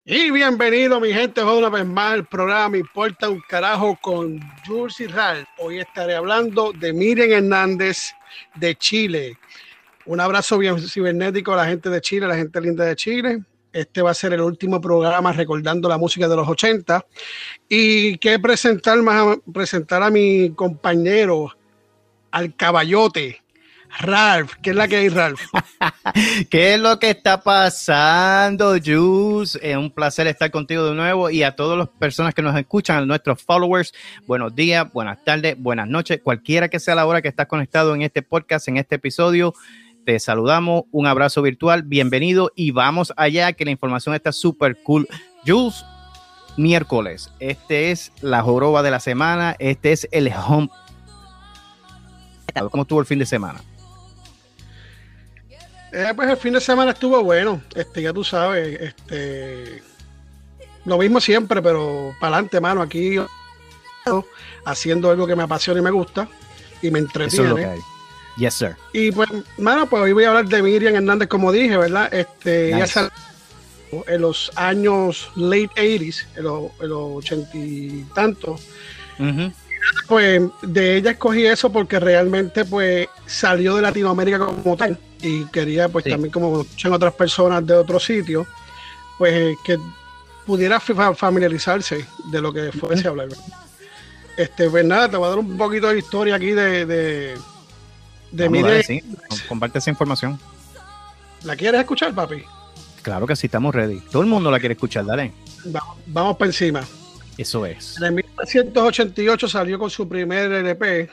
Y bienvenido, mi gente, una vez más al programa Me Importa un Carajo con Jules y Ralph. Hoy estaré hablando de Miriam Hernández de Chile. Un abrazo bien cibernético a la gente de Chile, a la gente linda de Chile. Este va a ser el último programa recordando la música de los 80. Y que presentar a mi compañero, al caballote, Ralph. ¿Qué es la que hay, Ralph? ¿Qué es lo que está pasando, Juice? Es un placer estar contigo de nuevo y a todas las personas que nos escuchan, a nuestros followers, buenos días, buenas tardes, buenas noches, cualquiera que sea la hora que estás conectado en este podcast, en este episodio. Te saludamos, un abrazo virtual, bienvenido y vamos allá que la información está súper cool. Juice, miércoles, este es la joroba de la semana, este es el home. ¿Cómo estuvo el fin de semana? Pues el fin de semana estuvo bueno, ya tú sabes, lo mismo siempre, pero para adelante, mano, aquí haciendo algo que me apasiona y me gusta y me entretiene. Eso es lo que hay. Yes, sir. Y pues, mano, pues hoy voy a hablar de Miriam Hernández, como dije, ¿verdad? Nice. Ella salió en los años late 80s, en los 80 y tantos. Uh-huh. Pues de ella escogí eso porque realmente pues salió de Latinoamérica como tal y quería pues también como escuchan otras personas de otros sitios pues que pudiera familiarizarse de lo que fuese a hablar. Pues nada, te voy a dar un poquito de historia aquí de Miriam. Sí. Comparte esa información. ¿La quieres escuchar, papi? Claro que sí, estamos ready. Todo el mundo la quiere escuchar, dale. Vamos para encima. Eso es. En 1988 salió con su primer LP.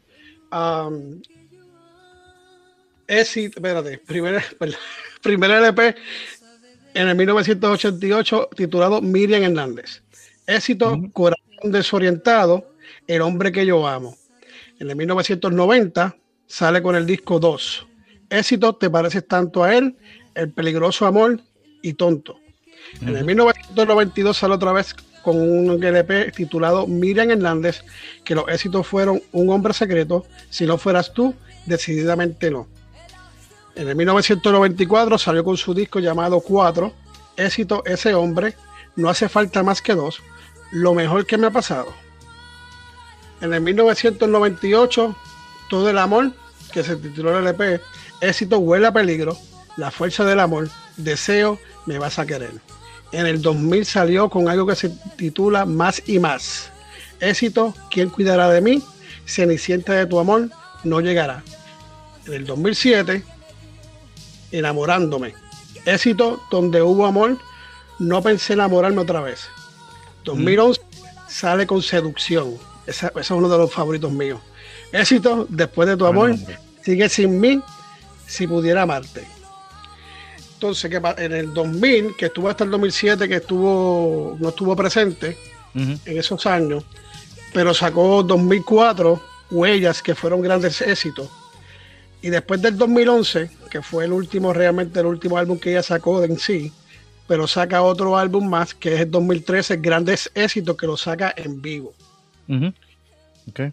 Primer LP en el 1988 titulado Miriam Hernández. Éxito, Corazón desorientado, El hombre que yo amo. En el 1990 sale con el disco 2. Éxito, Te pareces tanto a él, El peligroso amor y Tonto. En el 1992 sale otra vez con un LP titulado Miriam Hernández, que los éxitos fueron Un hombre secreto, Si no fueras tú, Decididamente no. En el 1994 salió con su disco llamado 4, éxito Ese hombre, No hace falta más que dos, Lo mejor que me ha pasado. En el 1998, Todo el amor, que se tituló el LP, éxito Huele a peligro, La fuerza del amor, Deseo, me vas a querer. En el 2000 salió con algo que se titula Más y Más. Éxito, ¿Quién cuidará de mí? Cenicienta de tu amor, no llegará. En el 2007, Enamorándome. Éxito, Donde hubo amor, no pensé enamorarme otra vez. 2011 sale con Seducción. Ese es uno de los favoritos míos. Éxito, Después de tu amor, Sigue sin mí, Si pudiera amarte. Entonces, que en el 2000, que estuvo hasta el 2007, que no estuvo presente en esos años, pero sacó 2004 Huellas, que fueron grandes éxitos. Y después del 2011, que fue realmente el último álbum que ella sacó en sí, pero saca otro álbum más, que es el 2013, Grandes Éxitos, que lo saca en vivo. Okay.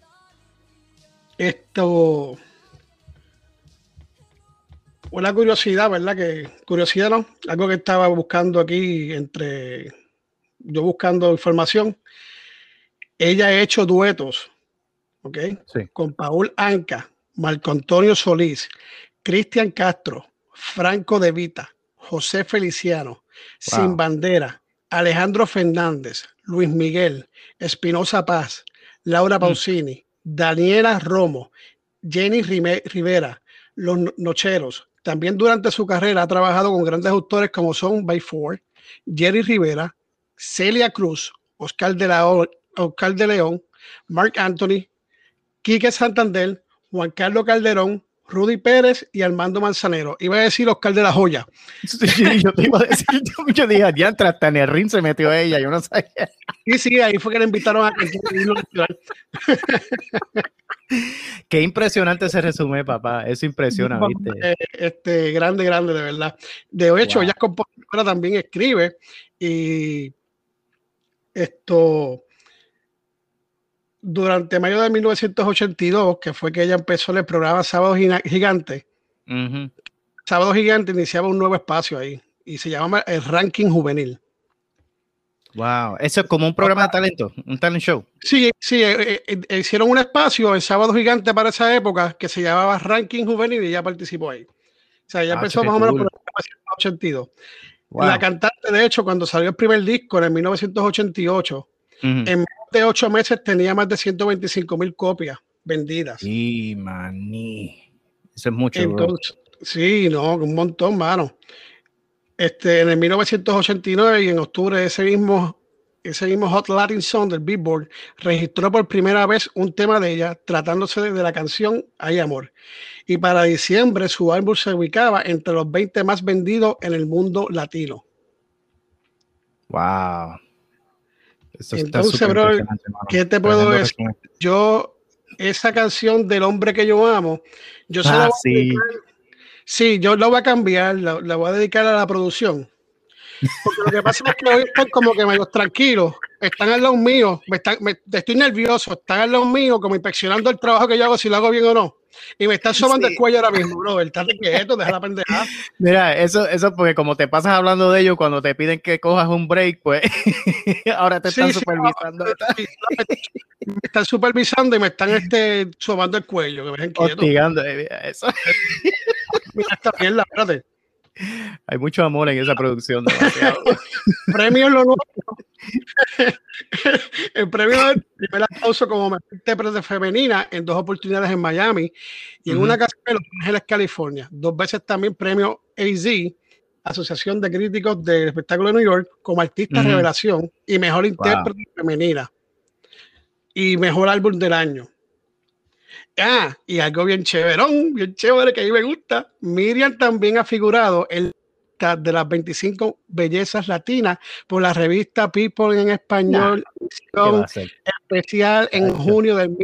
Una curiosidad, ¿verdad? Curiosidad, ¿no? Algo que estaba buscando aquí, yo buscando información. Ella ha hecho duetos, ¿ok? Sí. Con Paul Anka, Marco Antonio Solís, Cristian Castro, Franco De Vita, José Feliciano, Sin Bandera, Alejandro Fernández, Luis Miguel, Espinosa Paz, Laura Pausini, Daniela Romo, Jenny Rivera, Los Nocheros. También durante su carrera ha trabajado con grandes autores como son By Four, Jerry Rivera, Celia Cruz, Oscar de León, Marc Anthony, Quique Santander, Juan Carlos Calderón, Rudy Pérez y Armando Manzanero. Iba a decir Oscar de la Joya. Sí, yo te iba a decir, yo dije, diantre, hasta en el ring se metió ella, yo no sabía. Sí, ahí fue que le invitaron a cantar. Qué impresionante ese resumen, papá. Eso impresiona, ¿viste? Grande, de verdad. De hecho, ella es compositora, también escribe. Y durante mayo de 1982, que fue que ella empezó el programa Sábado Gigante. Sábado Gigante iniciaba un nuevo espacio ahí y se llamaba el Ranking Juvenil. Wow, eso es como un programa de talento, un talent show. Sí, hicieron un espacio en Sábado Gigante para esa época que se llamaba Ranking Juvenil y ella participó ahí. O sea, ella empezó más o menos por 1982. Wow. La cantante, de hecho, cuando salió el primer disco en 1988, en menos de 8 meses tenía más de 125,000 copias vendidas. Y maní, eso es mucho. Entonces, sí, no, un montón, mano. En el 1989 y en octubre ese mismo Hot Latin Song del Billboard registró por primera vez un tema de ella tratándose de la canción Hay Amor. Y para diciembre su álbum se ubicaba entre los 20 más vendidos en el mundo latino. Wow. Eso entonces, bro, ¿qué te puedo decir? Yo, esa canción del hombre que yo amo, yo se la voy a dedicar. Sí, yo la voy a cambiar, la voy a dedicar a la producción. Porque lo que pasa es que hoy están como que medio tranquilos, están al lado mío, estoy nervioso, están al lado mío como inspeccionando el trabajo que yo hago, si lo hago bien o no. Y me están sobando el cuello ahora mismo, bro. Estate quieto, deja la pendejada. Mira, eso porque como te pasas hablando de ellos, cuando te piden que cojas un break, pues ahora te están supervisando. Me están supervisando y me están sobando el cuello, que me dejen quieto. Hostigando, mira eso. Mira esta mierda, espérate. Hay mucho amor en esa producción. Premio lo nuevo. El premio del primer aplauso como mejor intérprete femenina en 2 oportunidades en Miami y en una casa en Los Ángeles, California. 2 veces también premio AZ, Asociación de Críticos del Espectáculo de New York, como artista revelación y mejor intérprete femenina y mejor álbum del año. Y algo bien chéverón, bien chévere que a mí me gusta. Miriam también ha figurado en de las 25 bellezas latinas por la revista People en español, especial en junio de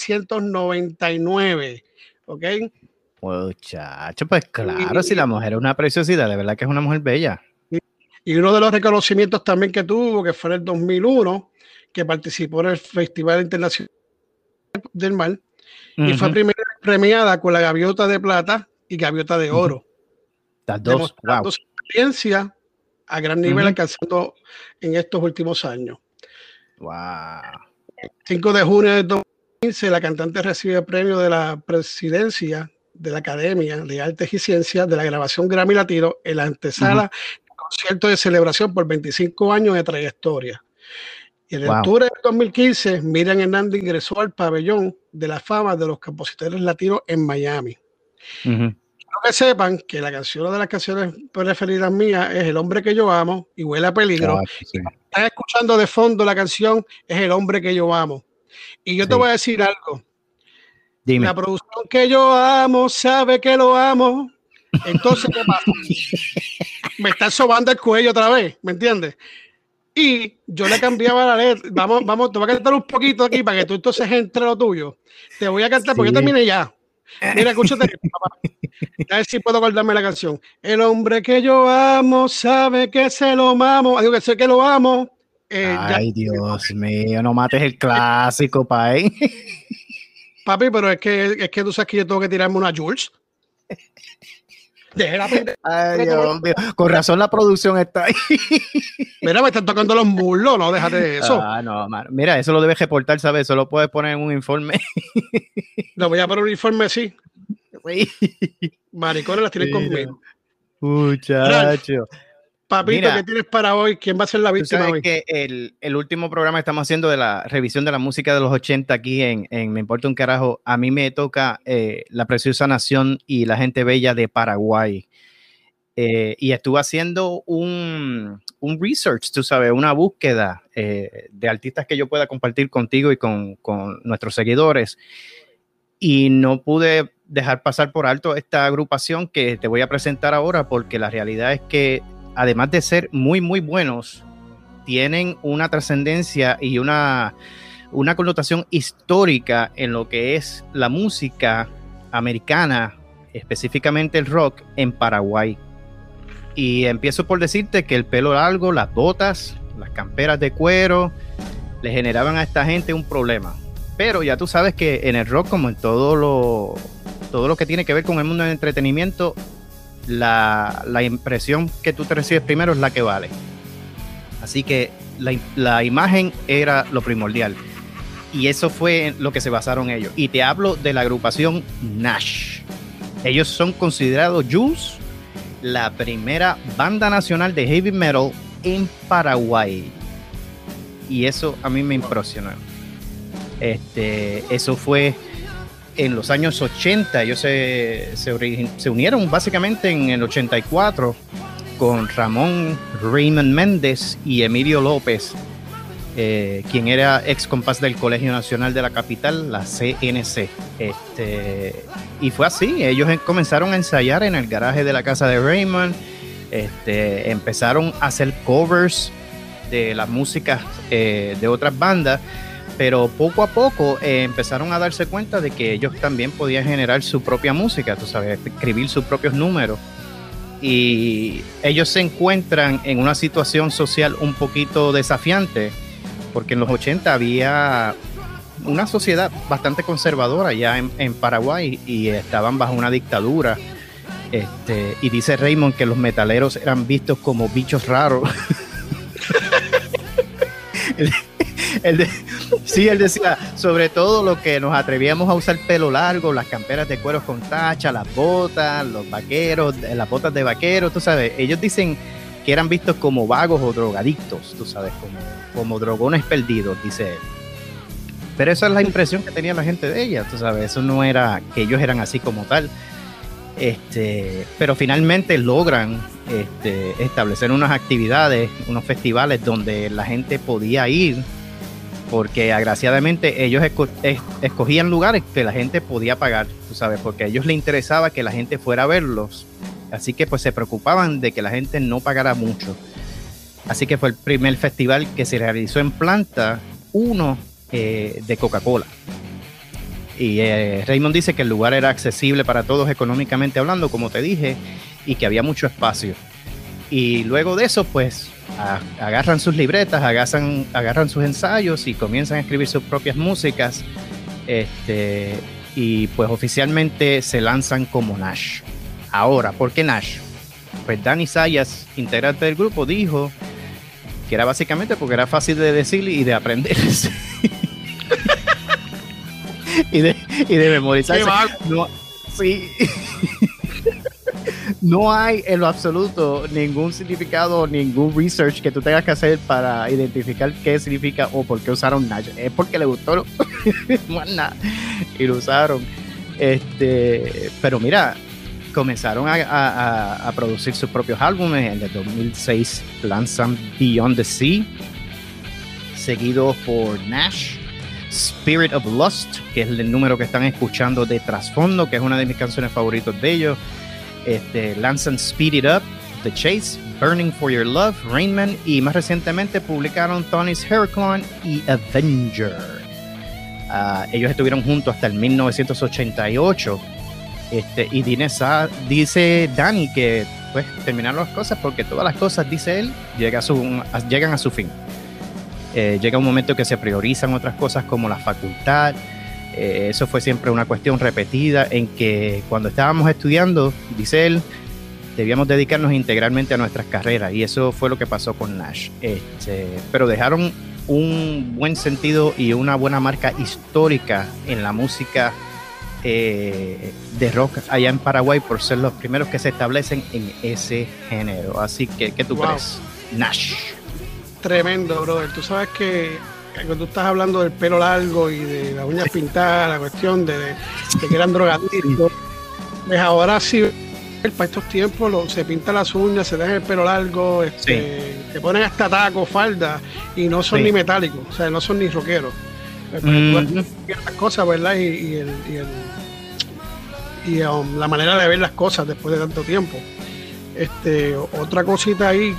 1999. ¿Ok? Muchacho, pues claro, si la mujer es una preciosidad, de verdad que es una mujer bella. Y uno de los reconocimientos también que tuvo, que fue en el 2001, que participó en el Festival Internacional del Mar, y fue premiada con la Gaviota de Plata y Gaviota de Oro. Las dos, demostrando su experiencia a gran nivel, alcanzando en estos últimos años. Wow. 5 de junio de 2015, la cantante recibe el premio de la presidencia de la Academia de Artes y Ciencias de la grabación Grammy Latino en la antesala del concierto de celebración por 25 años de trayectoria. Y en octubre de 2015, Miriam Hernández ingresó al pabellón de la fama de los compositores latinos en Miami. Quiero que sepan que una de las canciones preferidas mías es El hombre que yo amo y Huele a peligro. Están escuchando de fondo la canción es El hombre que yo amo. Y yo te voy a decir algo. Dime. La producción que yo amo sabe que lo amo. Entonces, ¿qué pasa? Me están sobando el cuello otra vez, ¿me entiendes? Y yo le cambiaba la letra. Vamos, te voy a cantar un poquito aquí para que tú entonces entre lo tuyo. Te voy a cantar porque yo terminé ya. Mira, escúchate, papá. A ver si puedo acordarme la canción. El hombre que yo amo sabe que se lo mamo. Digo que sé que lo amo. Ay, Dios mío, no mates el clásico, papi. Papi, pero es que tú sabes que yo tengo que tirarme una Jules. Ay, Dios mío. Con razón la producción está ahí. Mira, me están tocando los muslos, no, déjate de eso. No, man. Mira, eso lo debes reportar, ¿sabes? Eso lo puedes poner en un informe. Lo voy a poner un informe, sí. Maricones las tienen conmigo. Muchacho. Papito, mira, ¿qué tienes para hoy? ¿Quién va a ser la víctima hoy? Que el último programa que estamos haciendo de la revisión de la música de los 80 aquí en Me Importa un Carajo, a mí me toca La Preciosa Nación y la Gente Bella de Paraguay. Y estuve haciendo un research, tú sabes, una búsqueda de artistas que yo pueda compartir contigo y con nuestros seguidores. Y no pude dejar pasar por alto esta agrupación que te voy a presentar ahora, porque la realidad es que además de ser muy, muy buenos, tienen una trascendencia y una connotación histórica en lo que es la música americana, específicamente el rock, en Paraguay. Y empiezo por decirte que el pelo largo, las botas, las camperas de cuero, le generaban a esta gente un problema. Pero ya tú sabes que en el rock, como en todo lo que tiene que ver con el mundo del entretenimiento, la impresión que tú te recibes primero es la que vale. Así que la imagen era lo primordial. Y eso fue lo que se basaron ellos. Y te hablo de la agrupación Nash. Ellos son considerados, Jules, la primera banda nacional de heavy metal en Paraguay. Y eso a mí me impresionó. Eso fue en los años 80. Ellos se unieron básicamente en el 84 con Ramón Raymond Méndez y Emilio López, quien era ex compás del Colegio Nacional de la Capital, la CNC. Y fue así, ellos comenzaron a ensayar en el garaje de la casa de Raymond, empezaron a hacer covers de las músicas de otras bandas, pero poco a poco empezaron a darse cuenta de que ellos también podían generar su propia música, tú sabes, escribir sus propios números. Y ellos se encuentran en una situación social un poquito desafiante, porque en los 80 había una sociedad bastante conservadora ya en Paraguay y estaban bajo una dictadura. Y dice Raymond que los metaleros eran vistos como bichos raros. Sí, él decía, sobre todo lo que nos atrevíamos a usar pelo largo, las camperas de cuero con tacha, las botas, los vaqueros, las botas de vaqueros, tú sabes. Ellos dicen que eran vistos como vagos o drogadictos, tú sabes, como drogones perdidos, dice él. Pero esa es la impresión que tenía la gente de ella, tú sabes. Eso no era que ellos eran así como tal. Pero finalmente logran establecer unas actividades, unos festivales donde la gente podía ir, porque agraciadamente ellos escogían lugares que la gente podía pagar, tú sabes, porque a ellos les interesaba que la gente fuera a verlos, así que pues se preocupaban de que la gente no pagara mucho. Así que fue el primer festival que se realizó en Planta, uno de Coca-Cola. Y Raymond dice que el lugar era accesible para todos económicamente hablando, como te dije, y que había mucho espacio. Y luego de eso, pues, agarran sus libretas, agarran sus ensayos y comienzan a escribir sus propias músicas. Y pues oficialmente se lanzan como Nash. Ahora, ¿por qué Nash? Pues Dani Zayas, integrante del grupo, dijo que era básicamente porque era fácil de decir y de aprender. y de memorizar. No, sí. No hay en lo absoluto ningún significado, ningún research que tú tengas que hacer para identificar qué significa o por qué usaron Nash. Es porque le gustó, más nada, y lo usaron. Pero mira, comenzaron a producir sus propios álbumes. En el 2006 lanzan Beyond the Sea, seguido por Nash, Spirit of Lust, que es el número que están escuchando de trasfondo, que es una de mis canciones favoritas de ellos. Lanzan Speed It Up, The Chase, Burning for Your Love, Rain Man, y más recientemente publicaron Tony's Heraclon y Avenger. Ellos estuvieron juntos hasta el 1988. Y dice Dani que pues terminaron las cosas porque todas las cosas, dice él, llegan a su fin. Llega un momento que se priorizan otras cosas como la facultad. Eso fue siempre una cuestión repetida en que cuando estábamos estudiando, dice él, debíamos dedicarnos integralmente a nuestras carreras, y eso fue lo que pasó con Nash. Pero dejaron un buen sentido y una buena marca histórica en la música de rock allá en Paraguay por ser los primeros que se establecen en ese género. Así que, ¿qué tú crees? Nash. Tremendo, brother. Tú sabes que cuando tú estás hablando del pelo largo y de las uñas pintadas, la cuestión de que eran drogadictos, pues ahora sí, para estos tiempos se pintan las uñas, se dejan el pelo largo, se ponen hasta tacos, falda, y no son ni metálicos, o sea, no son ni rockeros. Las cosas, ¿verdad? Y la manera de ver las cosas después de tanto tiempo. Otra cosita ahí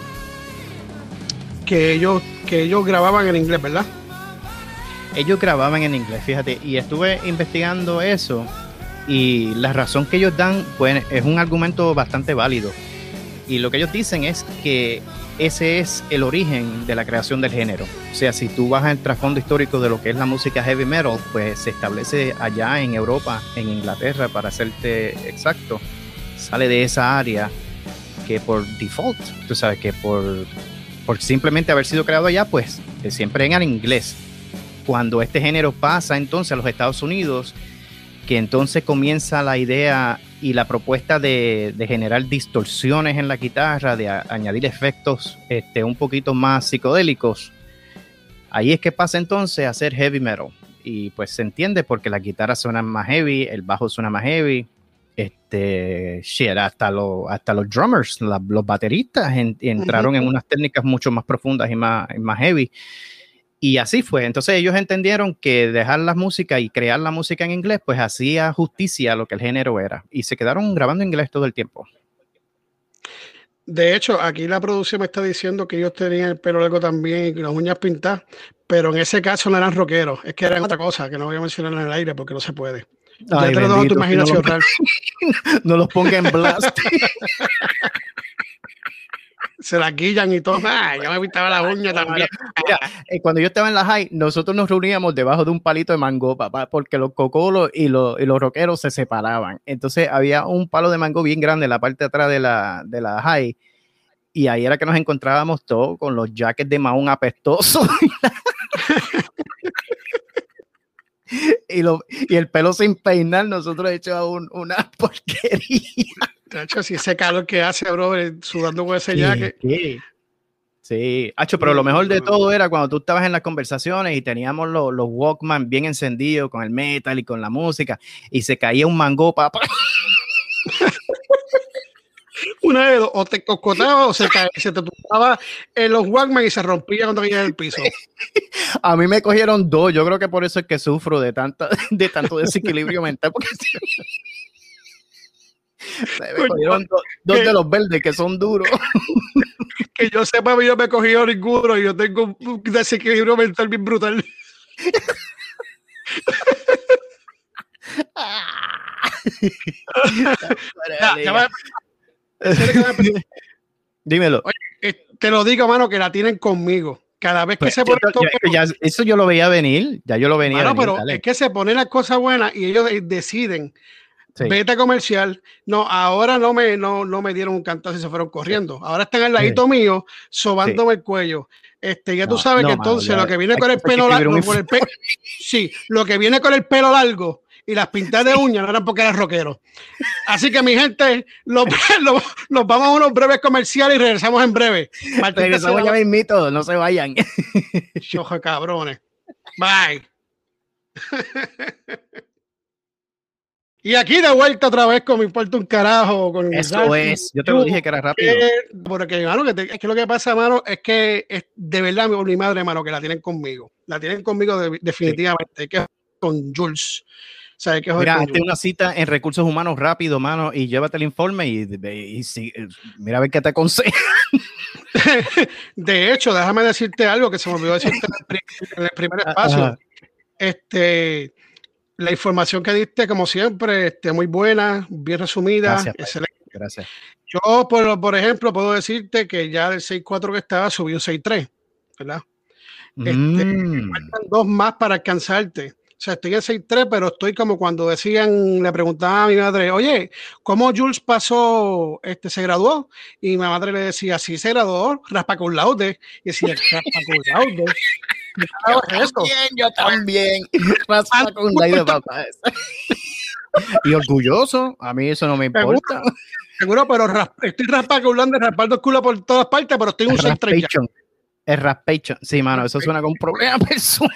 que ellos grababan en inglés, ¿verdad? Ellos grababan en inglés, fíjate, y estuve investigando eso, y la razón que ellos dan, pues, es un argumento bastante válido. Y lo que ellos dicen es que ese es el origen de la creación del género. O sea, si tú vas al trasfondo histórico de lo que es la música heavy metal, pues se establece allá en Europa, en Inglaterra, para hacerte exacto. Sale de esa área que por default, tú sabes que por por simplemente haber sido creado allá, pues siempre en inglés. Cuando este género pasa entonces a los Estados Unidos, que entonces comienza la idea y la propuesta de generar distorsiones en la guitarra, de añadir efectos un poquito más psicodélicos, ahí es que pasa entonces a hacer heavy metal. Y pues se entiende porque las guitarras suenan más heavy, el bajo suena más heavy, hasta los drummers, los bateristas entraron en unas técnicas mucho más profundas y más heavy. Y así fue. Entonces ellos entendieron que dejar la música y crear la música en inglés, pues hacía justicia a lo que el género era. Y se quedaron grabando en inglés todo el tiempo. De hecho, aquí la producción me está diciendo que ellos tenían el pelo largo también y las uñas pintadas, pero en ese caso no eran rockeros, es que eran otra cosa que no voy a mencionar en el aire porque no se puede. Ay, ya te lo dejo a tu imaginación, no los ponga en blast. Se la guillan y todo. Yo me pintaba la uña también. Mira, cuando yo estaba en la high, nosotros nos reuníamos debajo de un palito de mango, papá, porque los cocolos y los rockeros se separaban. Entonces había un palo de mango bien grande en la parte de atrás de la high, y ahí era que nos encontrábamos todos con los jackets de mahón apestosos. y el pelo sin peinar, nosotros echábamos una porquería. Hacho, si ese calor que hace, bro, sudando con ese jacket. Sí, Hacho, pero lo mejor de todo era cuando tú estabas en las conversaciones y teníamos los Walkman bien encendidos con el metal y con la música y se caía un mango, papá. Una de dos, o te coscotaba o se te tumbaba en los Walkman y se rompía cuando caía en el piso. A mí me cogieron dos, yo creo que por eso es que sufro de tanto desequilibrio mental, porque me cogieron dos de los verdes que son duros. Que yo sepa, yo me he cogido ninguno y yo tengo un desequilibrio mental bien brutal. Dímelo. Oye, te lo digo, mano, que la tienen conmigo. Cada vez que pues se pone eso yo lo veía venir, ya yo lo venía venir, pero dale. Es que se ponen las cosas buenas y ellos deciden. Sí. Vete comercial. No, ahora no me dieron un cantazo y se fueron corriendo. Sí. Ahora están al ladito mío, sobándome el cuello. Ya tú sabes que entonces lo que viene con el pelo largo, lo que viene con el pelo largo y las pintas de uñas no eran porque eras rockero. Así que mi gente, nos vamos a unos breves comerciales y regresamos en breve. Regresamos ya mismito, no se vayan. Choja cabrones. Bye. Y aquí de vuelta otra vez con Me Importa un Carajo. Con eso es, yo te lo dije que era rápido. Porque, mano, es que lo que pasa, mano, es que es de verdad mi madre, mano, que la tienen conmigo. La tienen conmigo definitivamente. Sí. Que con Jules. O sea, que mira, hazte una cita en Recursos Humanos rápido, mano, y llévate el informe y mira a ver qué te aconseja. De hecho, déjame decirte algo que se me olvidó decirte en el primer espacio. La información que diste, como siempre, muy buena, bien resumida. Gracias, excelente. Gracias. Yo, por ejemplo, puedo decirte que ya del 6.4 que estaba, subí un 6.3, ¿verdad? Me faltan dos más para alcanzarte. O sea, estoy en 6.3, pero estoy como cuando le preguntaba a mi madre, oye, ¿cómo Jules pasó, se graduó? Y mi madre le decía, sí, se graduó, raspa con laude. Y decía, raspa con laude. Yo también. Raspa con laude, papá. Y orgulloso, a mí eso no me importa. Seguro, pero estoy raspa con laude, raspando el culo por todas partes, pero estoy en un 6.3. El raspation. Sí, mano, eso suena como un problema personal.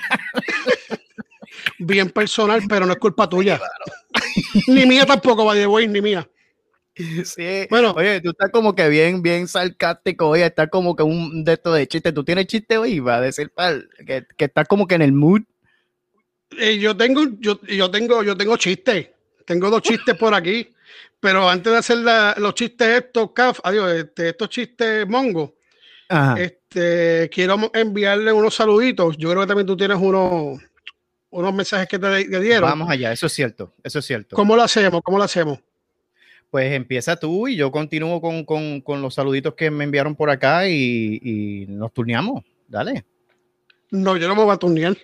Bien personal, pero no es culpa tuya. Ni mía tampoco, by the way, ni mía. Sí, bueno, oye, tú estás como que bien sarcástico, oye, estás como que un de estos de chiste. ¿Tú tienes chiste hoy? Va a decir que estás como que en el mood. Yo tengo chistes. Tengo dos chistes por aquí. Pero antes de hacer los chistes estos chistes mongo, quiero enviarle unos saluditos. Yo creo que también tú tienes unos mensajes que te dieron. Vamos allá, eso es cierto. ¿Cómo lo hacemos? Pues empieza tú y yo continúo con los saluditos que me enviaron por acá y nos turneamos. Dale. No, yo no me voy a turnear.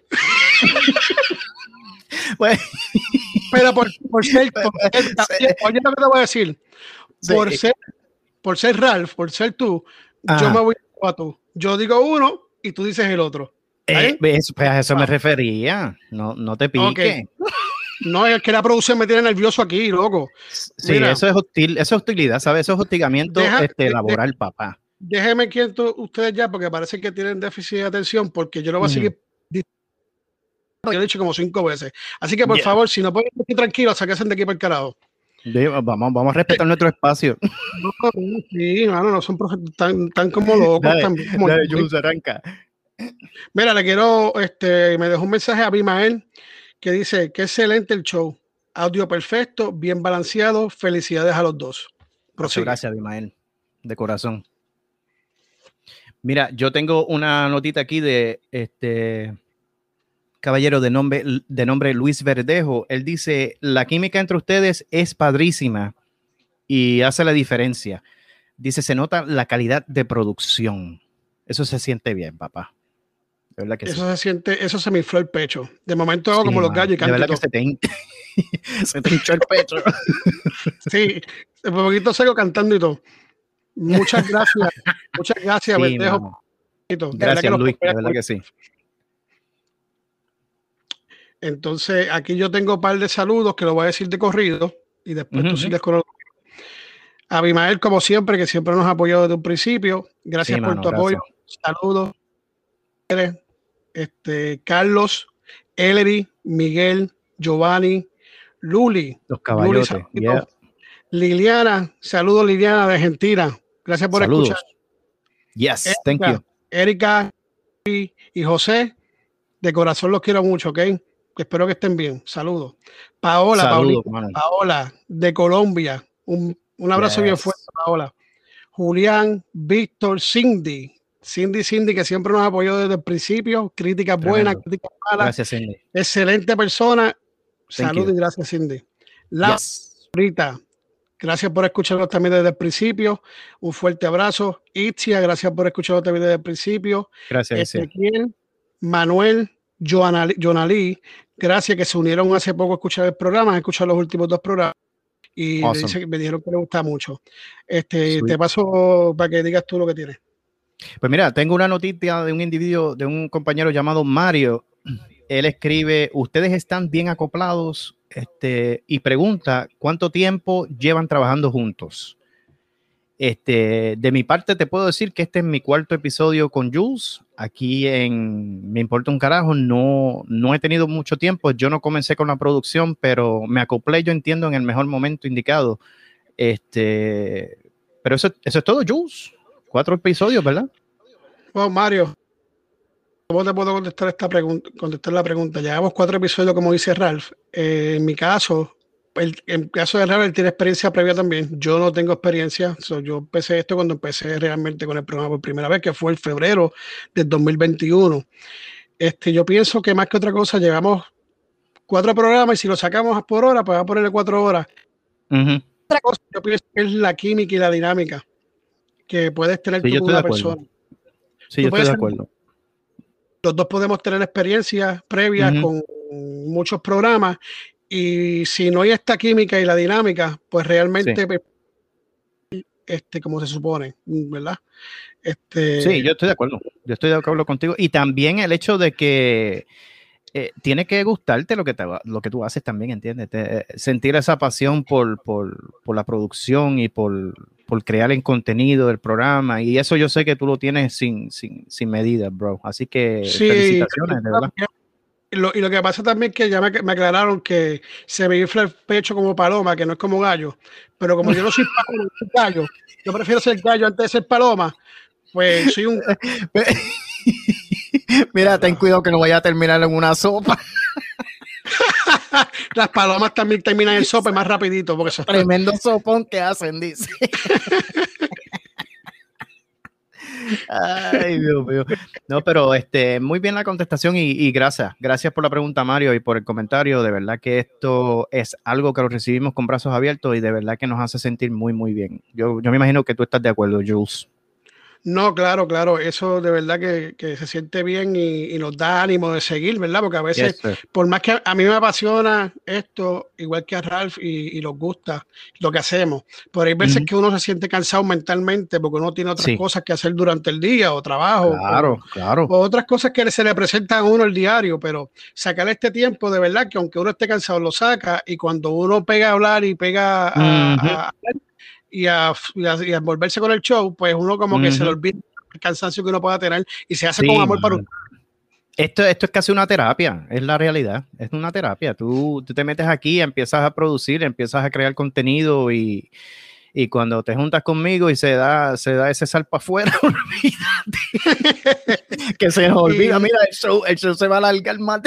Pues, pero por ser, oye lo que te voy a decir. Sí. Por ser Ralph, por ser tú, yo me voy a tú. yo digo uno y tú dices el otro. Pues a eso me refería. No te piques. Okay. No, es que la producción me tiene nervioso aquí, loco. Sí, mira, eso es hostilidad, ¿sabes? Eso es hostigamiento laboral, papá. Déjenme quieto ustedes ya, porque parece que tienen déficit de atención, porque yo lo voy a seguir. Yo lo he dicho como 5 veces. Así que, por favor, si no pueden estar tranquilos, sáquense de aquí para el carajo. Vamos a respetar nuestro espacio. Sí, mano, no son tan como locos. Dale, Jules, arranca. Mira, le quiero, me dejó un mensaje a Abimael que dice que excelente el show. Audio perfecto, bien balanceado. Felicidades a los dos. Muchas gracias, Abimael, de corazón. Mira, yo tengo una notita aquí de caballero de nombre Luis Verdejo. Él dice, la química entre ustedes es padrísima y hace la diferencia. Dice, se nota la calidad de producción. Eso se siente bien, papá. De verdad que eso sí. se siente, eso se me infló el pecho. De momento hago como los gallos y canto. De verdad que se te hinchó el pecho. Sí, un poquito seco cantando y todo. Muchas gracias. Muchas gracias, sí, Verdejo. Gracias, Luis, de verdad que sí. Entonces, aquí yo tengo un par de saludos que lo voy a decir de corrido y después tú sigues con a Abimael, como siempre, que siempre nos ha apoyado desde un principio. Gracias por tu apoyo. Saludos. Carlos, Ellery, Miguel, Giovanni, Luli. Los caballotes. Liliana, saludos Liliana de Argentina. Gracias por escuchar. Yes, Erika, thank you. Erika y José, de corazón los quiero mucho, ¿ok? Espero que estén bien. Saludos. Paola, Paola, de Colombia. Un abrazo bien fuerte, Paola. Julián, Víctor, Cindy, que siempre nos apoyó desde el principio. Críticas buenas, críticas malas. Gracias, Cindy. Excelente persona. Saludos y gracias, Cindy. Laurita, gracias por escucharnos también desde el principio. Un fuerte abrazo. Itzia, gracias por escucharnos también desde el principio. Gracias. Ezequiel, Manuel, Jonalí, gracias que se unieron hace poco a escuchar el programa, a escuchar los últimos 2 programas. Y me dijeron que le gusta mucho. Te paso para que digas tú lo que tienes. Pues mira, tengo una noticia de un individuo, de un compañero llamado Mario. Él escribe, ustedes están bien acoplados, y pregunta, ¿cuánto tiempo llevan trabajando juntos? De mi parte te puedo decir que este es mi 4º episodio con Jules. Aquí en Me Importa un Carajo no he tenido mucho tiempo. Yo no comencé con la producción, pero me acoplé, yo entiendo, en el mejor momento indicado. Pero eso es todo, Jules. 4 episodios, ¿verdad? Bueno, Mario, ¿cómo te puedo contestar la pregunta? Llevamos 4 episodios, como dice Ralph. En mi caso, en caso de Ralph, él tiene experiencia previa también. Yo no tengo experiencia. Yo empecé esto cuando empecé realmente con el programa por primera vez, que fue en febrero del 2021. Yo pienso que más que otra cosa, llevamos 4 programas y si lo sacamos por hora, pues vamos a ponerle 4 horas. Otra cosa, yo pienso que es la química y la dinámica que puedes tener tú con una persona. Sí, yo estoy de acuerdo. Los dos podemos tener experiencias previas con muchos programas y si no hay esta química y la dinámica, pues realmente como se supone, ¿verdad? Sí, yo estoy de acuerdo. Yo estoy de acuerdo contigo. Y también el hecho de que tiene que gustarte lo que tú haces también, ¿entiendes? Sentir esa pasión por la producción y por crear el contenido del programa, y eso yo sé que tú lo tienes sin medida, bro. Así que felicitaciones, de verdad. Y lo que pasa también es que ya me aclararon que se me infla el pecho como paloma, que no es como gallo, pero como yo no soy paloma, soy gallo, yo prefiero ser gallo antes de ser paloma, pues soy un... Mira, ten cuidado que no vaya a terminar en una sopa. Las palomas también terminan en sopa más rapidito. Porque son... Tremendo sopón que hacen, dice. Ay, Dios mío. No, pero muy bien la contestación y gracias. Gracias por la pregunta, Mario, y por el comentario. De verdad que esto es algo que lo recibimos con brazos abiertos y de verdad que nos hace sentir muy, muy bien. Yo me imagino que tú estás de acuerdo, Jules. No, claro, claro, eso de verdad que se siente bien y nos da ánimo de seguir, ¿verdad? Porque a veces, Yes, sir. por más que a mí me apasiona esto, igual que a Ralph y nos gusta lo que hacemos, pero hay veces que uno se siente cansado mentalmente porque uno tiene otras Sí, cosas que hacer durante el día o trabajo claro, claro. o otras cosas que se le presentan a uno el diario, pero sacar este tiempo de verdad que aunque uno esté cansado lo saca y cuando uno pega a hablar y pega y a volverse con el show, pues uno como que se le olvida el cansancio que uno pueda tener y se hace con Sí, amor para mano. usted. Esto es casi una terapia, es la realidad, es una terapia. Tú te metes aquí, empiezas a producir, empiezas a crear contenido y cuando te juntas conmigo y se da ese salpa afuera, que se nos olvida, Y, mira, el show se va a alargar más.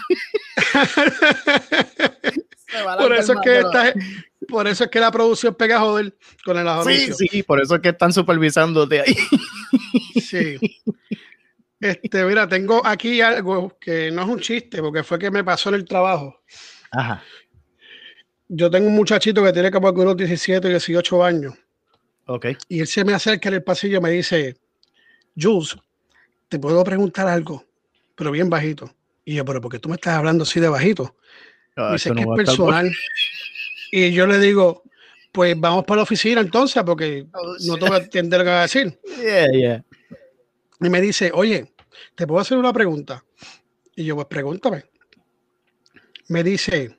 Se va a por alargar eso es más que de lo... por eso es que la producción pega a joder con el Sí, anuncio. sí, por eso es que están supervisándote ahí. Sí. Mira, tengo aquí algo que no es un chiste, porque fue que me pasó en el trabajo. Ajá. Yo tengo un muchachito que tiene como unos 17 o 18 años, Ok. y él se me acerca en el pasillo y me dice, Jules, te puedo preguntar algo, pero bien bajito. Y yo, pero ¿por qué tú me estás hablando así de bajito? Me Ah, dice, esto es que no es va a estar bueno. personal. Y yo le digo, pues vamos para la oficina entonces, porque Oh, no shit. te voy a entender lo que va a decir. Yeah, yeah. Y me dice, oye, ¿te puedo hacer una pregunta? Y yo, pues pregúntame. Me dice,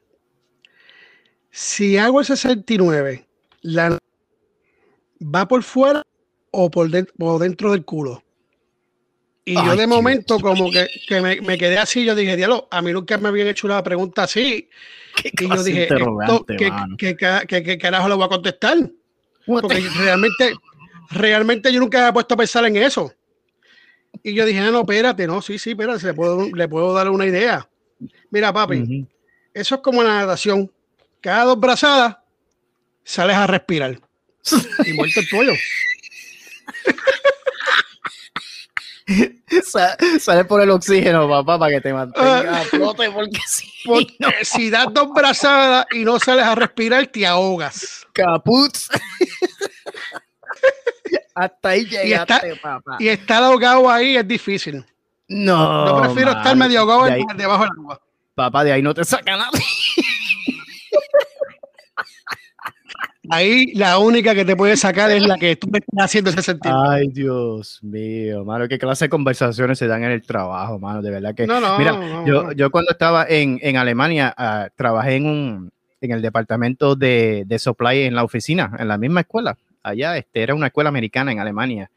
si hago el 69, ¿la va por fuera o por dentro del culo? Y yo Ay, de Dios. momento como que me quedé así, yo dije, diablo, a mí nunca me habían hecho una pregunta así. Qué Y yo clase dije, esto, interrogante, mano. ¿qué carajo le voy a contestar? What the- Porque realmente yo nunca había puesto a pensar en eso. Y yo dije, no, espérate, no, sí, espérate, le puedo dar una idea. Mira, papi, Ujú. eso es como la natación. Cada 2 brazadas sales a respirar y muerto el pollo. Sale por el oxígeno, papá, para que te mantenga a Uh, flote, porque si porque no, si das 2 brazadas y no sales a respirar, te ahogas. caput. Hasta ahí Y, está, llegaste, papá. y estar ahogado ahí es difícil. Yo No, prefiero estar mano. medio ahogado De ahí, debajo del agua. papá, de ahí no te saca nada. Ahí la única que te puede sacar es la que tú me estás haciendo ese sentir. Ay, Dios mío, mano, qué clase de conversaciones se dan en el trabajo, mano, de verdad que... No, Mira, no, no, no. yo cuando estaba en Alemania, trabajé en el departamento de supply en la oficina, en la misma escuela. Allá, era una escuela americana en Alemania.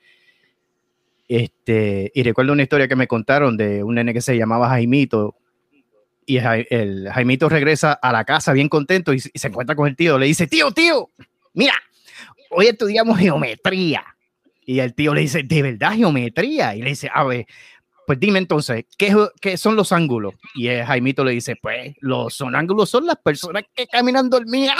Y recuerdo una historia que me contaron de un nene que se llamaba Jaimito, y el Jaimito regresa a la casa bien contento y se encuentra con el tío, le dice, tío, mira, hoy estudiamos geometría. Y el tío le dice, ¿de verdad geometría? Y le dice, a ver, pues dime entonces, ¿qué son los ángulos? Y el Jaimito le dice, pues los ángulos son las personas que caminan dormidas.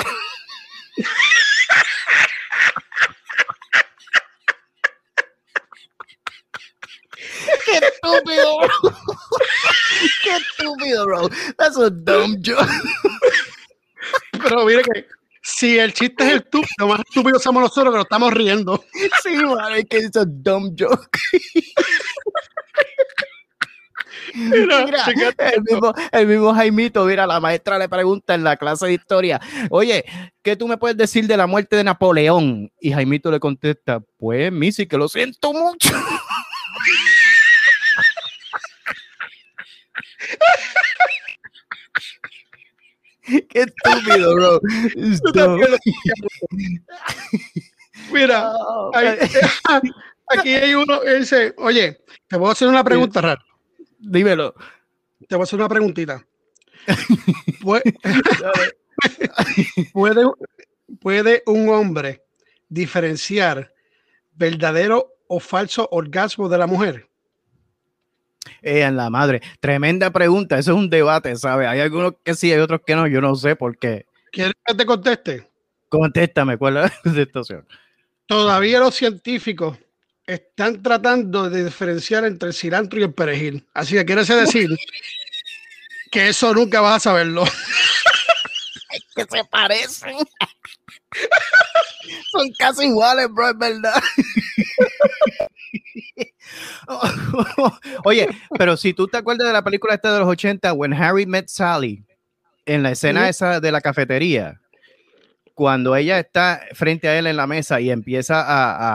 ¡Qué estúpido, bro! ¡Qué estúpido, bro! That's a dumb joke. Pero mire que si el chiste es estúpido, lo más estúpido somos nosotros que nos estamos riendo. Sí, man, es que es a dumb joke. Mira, Mira, el mismo Jaimito, mira, la maestra le pregunta en la clase de historia, oye, ¿qué tú me puedes decir de la muerte de Napoleón? Y Jaimito le contesta, pues, Missy, que lo siento mucho. Qué estúpido, bro. Mira, aquí hay uno que dice, oye, te puedo hacer una pregunta, Rara. Dímelo. Te voy a hacer una preguntita. ¿Puede un hombre diferenciar verdadero o falso orgasmo de la mujer? En la madre. Tremenda pregunta. Eso es un debate, ¿sabes? Hay algunos que sí, hay otros que no. Yo no sé por qué. ¿Quieres que te conteste? Contéstame, ¿cuál es la contestación? Todavía los científicos están tratando de diferenciar entre el cilantro y el perejil. Así que quiere decir que eso nunca vas a saberlo. Que se parecen. Son casi iguales, bro, es verdad. Oye, pero si tú te acuerdas de la película esta de los 80, When Harry Met Sally, en la escena esa de la cafetería, cuando ella está frente a él en la mesa y empieza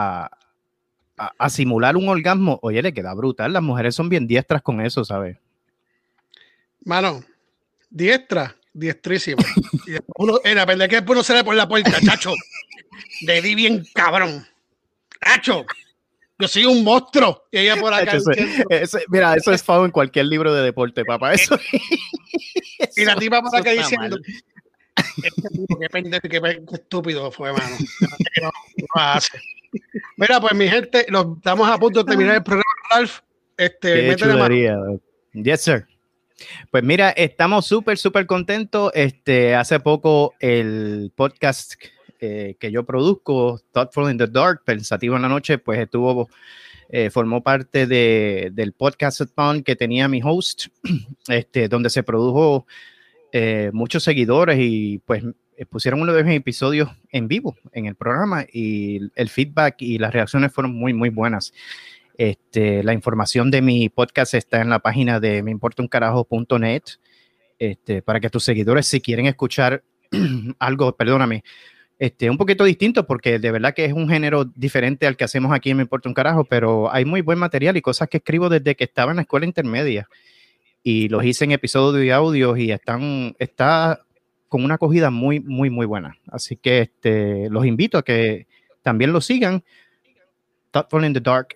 a simular un orgasmo, oye, le queda brutal. Las mujeres son bien diestras con eso, ¿sabes? Mano, diestrísima. En la pendeja que después uno sale por la puerta, chacho. Le di bien cabrón. Chacho, yo soy un monstruo. Y ella por acá. Mira, eso es fao en cualquier libro de deporte, papá. Eso, y la tipa por acá diciendo... Este tipo, qué pendejo y qué estúpido fue, mano. No hace. Mira, pues mi gente, estamos a punto de terminar el programa, Ralph. Qué chulería. Yes, sir. Pues mira, estamos súper contentos. Hace poco el podcast que yo produzco, Thoughtful in the Dark, Pensativo en la Noche, pues formó parte del podcast que tenía mi host, donde se produjo muchos seguidores y pues pusieron uno de mis episodios en vivo en el programa y el feedback y las reacciones fueron muy buenas. La información de mi podcast está en la página de meimportauncarajo.net para que tus seguidores, si quieren escuchar algo, perdóname, un poquito distinto, porque de verdad que es un género diferente al que hacemos aquí en Me Importa un Carajo, pero hay muy buen material y cosas que escribo desde que estaba en la escuela intermedia y los hice en episodios y audios y está con una acogida muy buena. Así que los invito a que también lo sigan. Thoughtful in the Dark,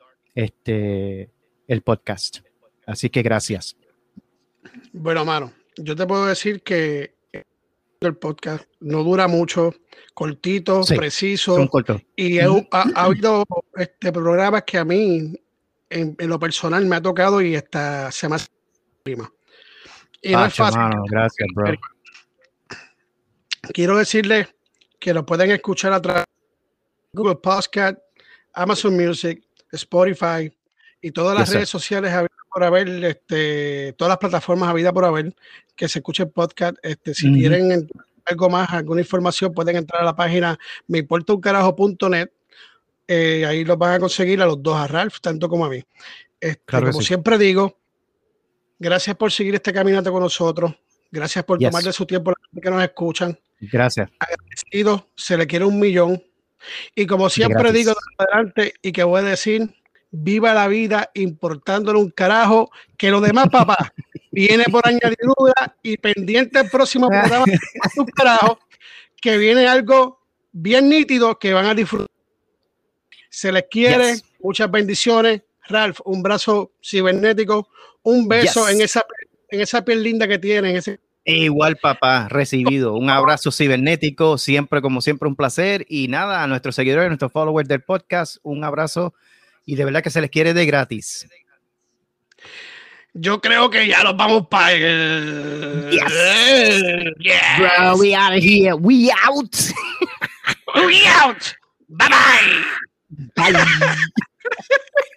el podcast. Así que gracias. Bueno, mano, yo te puedo decir que el podcast no dura mucho, cortito, sí, preciso, y ha habido programas que a mí en lo personal me ha tocado y hasta se me hace prima. Y no es fácil. Mano, gracias, bro. Quiero decirles que lo pueden escuchar a través de Google Podcast, Amazon Music, Spotify y todas las redes sociales habidas por haber, todas las plataformas habidas por haber que se escuche el podcast. Si quieren algo más, alguna información, pueden entrar a la página meimportauncarajo.net. Ahí los van a conseguir a los dos, a Ralph tanto como a mí. Claro, como siempre digo, gracias por seguir este caminante con nosotros. Gracias por tomar de su tiempo la gente que nos escuchan. Gracias. Agradecido, se le quiere 1,000,000. Y como siempre digo de adelante y que voy a decir, viva la vida importándole un carajo, que lo demás, papá, viene por añadidura y pendiente el próximo programa de un carajo, que viene algo bien nítido que van a disfrutar. Se les quiere, muchas bendiciones. Ralph, un brazo cibernético, un beso en esa piel linda que tienen. Igual, papá, recibido. Un abrazo cibernético, siempre, como siempre, un placer. Y nada, a nuestros seguidores, a nuestros followers del podcast, un abrazo. Y de verdad que se les quiere de gratis. Yo creo que ya nos vamos para el... Yes. Bro, we out of here. We out. We out. Bye-bye. Bye.